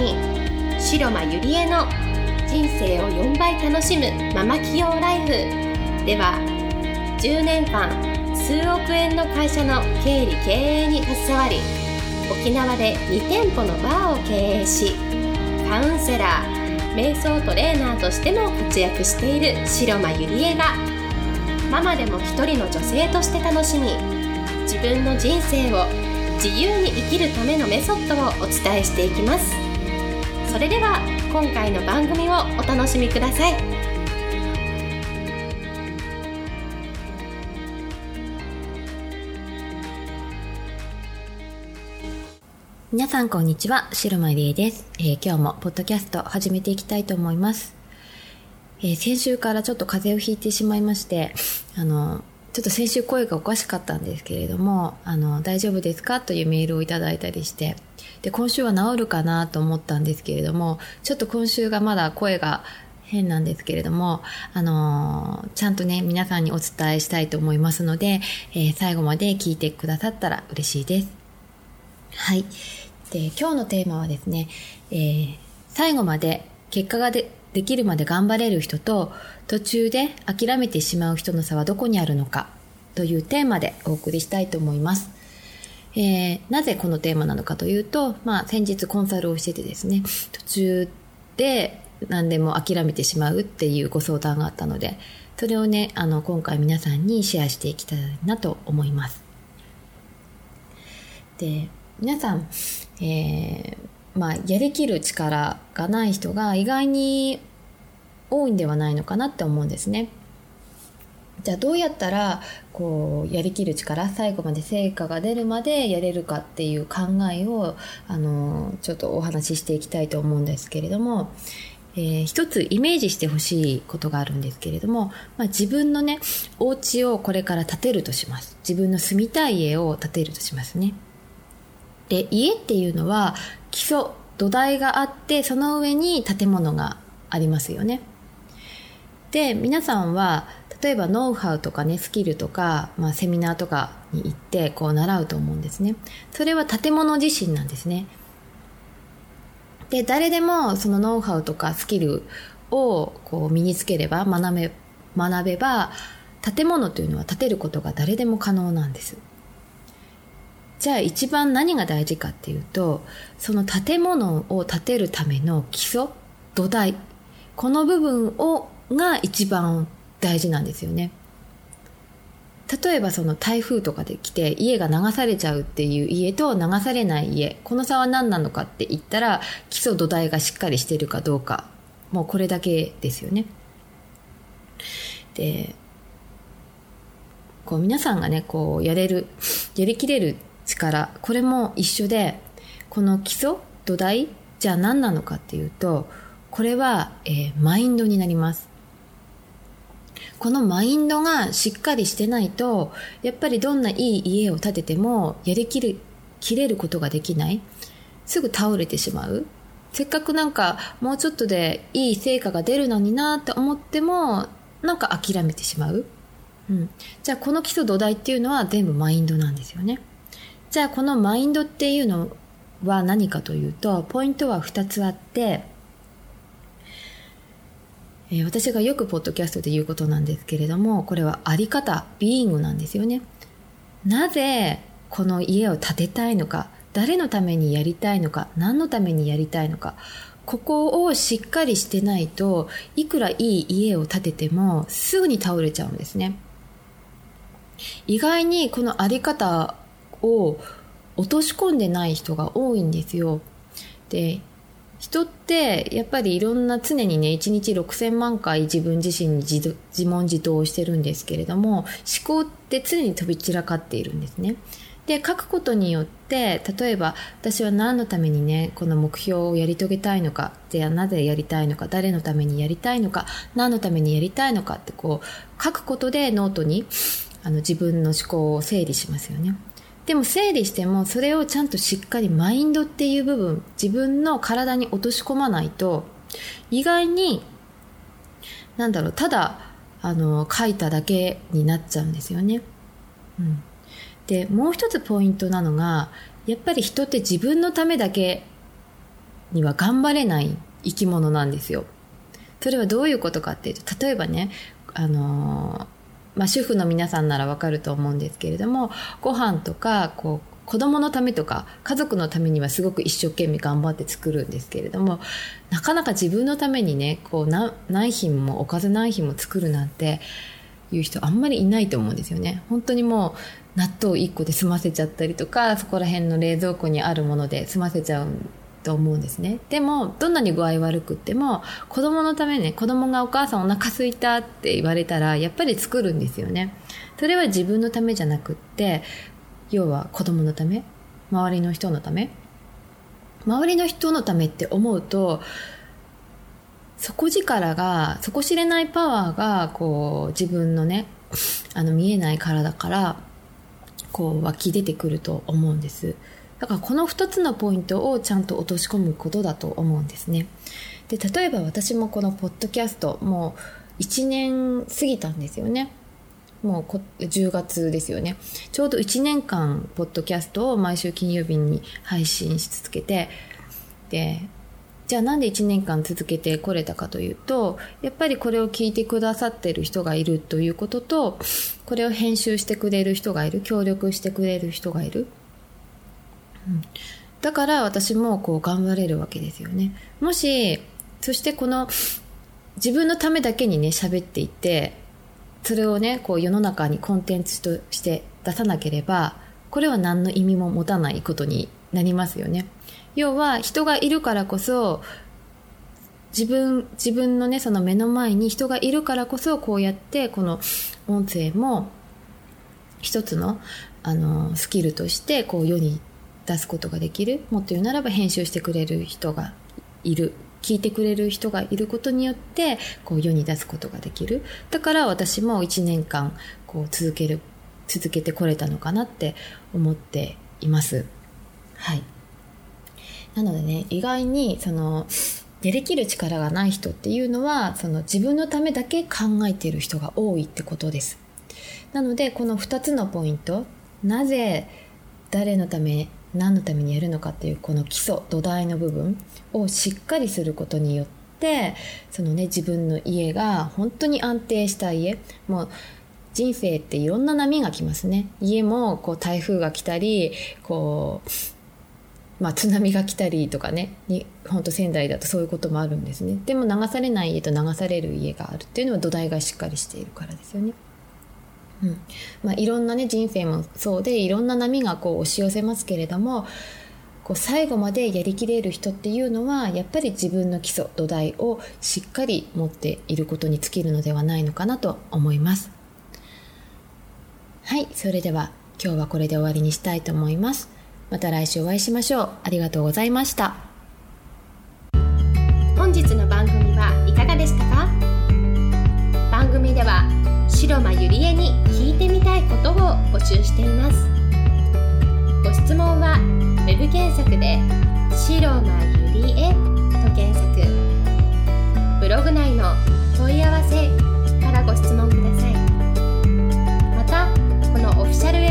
に白間ゆりえの人生を4倍楽しむママ起業ライフでは、10年間数億円の会社の経理経営に携わり、沖縄で2店舗のバーを経営し、カウンセラー、瞑想トレーナーとしても活躍している白間ゆりえが、ママでも一人の女性として楽しみ、自分の人生を自由に生きるためのメソッドをお伝えしていきます。それでは今回の番組をお楽しみください。 皆さんこんにちは、白間理恵です。今日もポッドキャスト始めていきたいと思います。先週からちょっと風邪をひいてしまいまして、ちょっと先週声がおかしかったんですけれども、大丈夫ですかというメールをいただいたりして、で今週は治るかなと思ったんですけれども、ちょっと今週がまだ声が変なんですけれども、ちゃんとね皆さんにお伝えしたいと思いますので、最後まで聞いてくださったら嬉しいです。はい。で今日のテーマはですね、最後まで結果ができるまで頑張れる人と途中で諦めてしまう人の差はどこにあるのかというテーマでお送りしたいと思います。なぜこのテーマなのかというと、先日コンサルをしててですね、途中で何でも諦めてしまうっていうご相談があったので、それをね今回皆さんにシェアしていきたいなと思います。で皆さん、やりきる力がない人が意外に多いんではないのかなって思うんですね。じゃあどうやったらやりきる力、最後まで成果が出るまでやれるかっていう考えをちょっとお話ししていきたいと思うんですけれども、一つイメージしてほしいことがあるんですけれども、自分のねお家をこれから建てるとします。自分の住みたい家を建てるとしますね。で家っていうのは基礎土台があって、その上に建物がありますよね。で皆さんは例えばノウハウとかね、スキルとか、セミナーとかに行って習うと思うんですね。それは建物自身なんですね。で誰でもそのノウハウとかスキルを身につければ学べば、建物というのは建てることが誰でも可能なんです。じゃあ一番何が大事かっていうと、その建物を建てるための基礎土台、この部分が一番大事なんですよね。例えばその台風とかで来て家が流されちゃうっていう家と流されない家、この差は何なのかって言ったら、基礎土台がしっかりしてるかどうか、もうこれだけですよね。で皆さんがねやりきれる力、これも一緒で、この基礎土台じゃあ何なのかっていうと、これは、マインドになります。このマインドがしっかりしてないと、やっぱりどんないい家を建ててもやりきれることができない。すぐ倒れてしまう。せっかくもうちょっとでいい成果が出るのになって思っても諦めてしまう。じゃあこの基礎土台っていうのは全部マインドなんですよね。じゃあこのマインドっていうのは何かというと、ポイントは2つあって、私がよくポッドキャストで言うことなんですけれども、これはあり方、ビーイングなんですよね。なぜこの家を建てたいのか、誰のためにやりたいのか、何のためにやりたいのか、ここをしっかりしてないと、いくらいい家を建ててもすぐに倒れちゃうんですね。意外にこのあり方を落とし込んでない人が多いんですよ。で人ってやっぱりいろんな、常にね1日6000万回自分自身に自問自答をしてるんですけれども、思考って常に飛び散らかっているんですね。で書くことによって、例えば私は何のためにねこの目標をやり遂げたいのか、じゃあなぜやりたいのか、誰のためにやりたいのか、何のためにやりたいのかって書くことでノートに自分の思考を整理しますよね。でも整理してもそれをちゃんとしっかりマインドっていう部分、自分の体に落とし込まないと、意外にただ書いただけになっちゃうんですよね。でもう一つポイントなのが、やっぱり人って自分のためだけには頑張れない生き物なんですよ。それはどういうことかっていうと、例えばね、主婦の皆さんならわかると思うんですけれども、ご飯とか子供のためとか家族のためにはすごく一生懸命頑張って作るんですけれども、なかなか自分のためにね何品もおかず何品も作るなんていう人あんまりいないと思うんですよね。本当にもう納豆1個で済ませちゃったりとか、そこら辺の冷蔵庫にあるもので済ませちゃうと思うんですね。でもどんなに具合悪くっても子供のためにね、子供がお母さんお腹空いたって言われたらやっぱり作るんですよね。それは自分のためじゃなくって、要は子供のため、周りの人のためって思うと、底力が、底知れないパワーが自分のね見えない体から湧き出てくると思うんです。だからこの2つのポイントをちゃんと落とし込むことだと思うんですね。で、例えば私もこのポッドキャストもう1年過ぎたんですよね。もう10月ですよね。ちょうど1年間ポッドキャストを毎週金曜日に配信し続けて、でじゃあなんで1年間続けてこれたかというと、やっぱりこれを聞いてくださっている人がいるということと、これを編集してくれる人がいる、協力してくれる人がいる、だから私も頑張れるわけですよね。そしてこの自分のためだけにね喋っていて、それをね世の中にコンテンツとして出さなければ、これは何の意味も持たないことになりますよね。要は人がいるからこそ、自分のねその目の前に人がいるからこそ、こうやってこの音声も一つのスキルとして世に出すことができる。もっと言うならば編集してくれる人がいる、聞いてくれる人がいることによって世に出すことができる。だから私も1年間続けてこれたのかなって思っています。はい。なのでね、意外にやりきる力がない人っていうのは自分のためだけ考えている人が多いってことです。なのでこの2つのポイント、なぜ誰のため何のためにやるのかっていうこの基礎土台の部分をしっかりすることによって、自分の家が本当に安定した家、もう人生っていろんな波が来ますね。家も台風が来たり津波が来たりとかね、本当仙台だとそういうこともあるんですね。でも流されない家と流される家があるっていうのは土台がしっかりしているからですよね。いろんなね人生もそうで、いろんな波が押し寄せますけれども、最後までやりきれる人っていうのはやっぱり自分の基礎土台をしっかり持っていることに尽きるのではないのかなと思います。はい、それでは今日はこれで終わりにしたいと思います。また来週お会いしましょう。ありがとうございました。 本日の番組はいかがでしたか？番組では白間ゆりえに聞いてみたいことを募集しています。ご質問はウェブ検索で白間ゆりえと検索、ブログ内の問い合わせからご質問ください。またこのオフィシャルウェ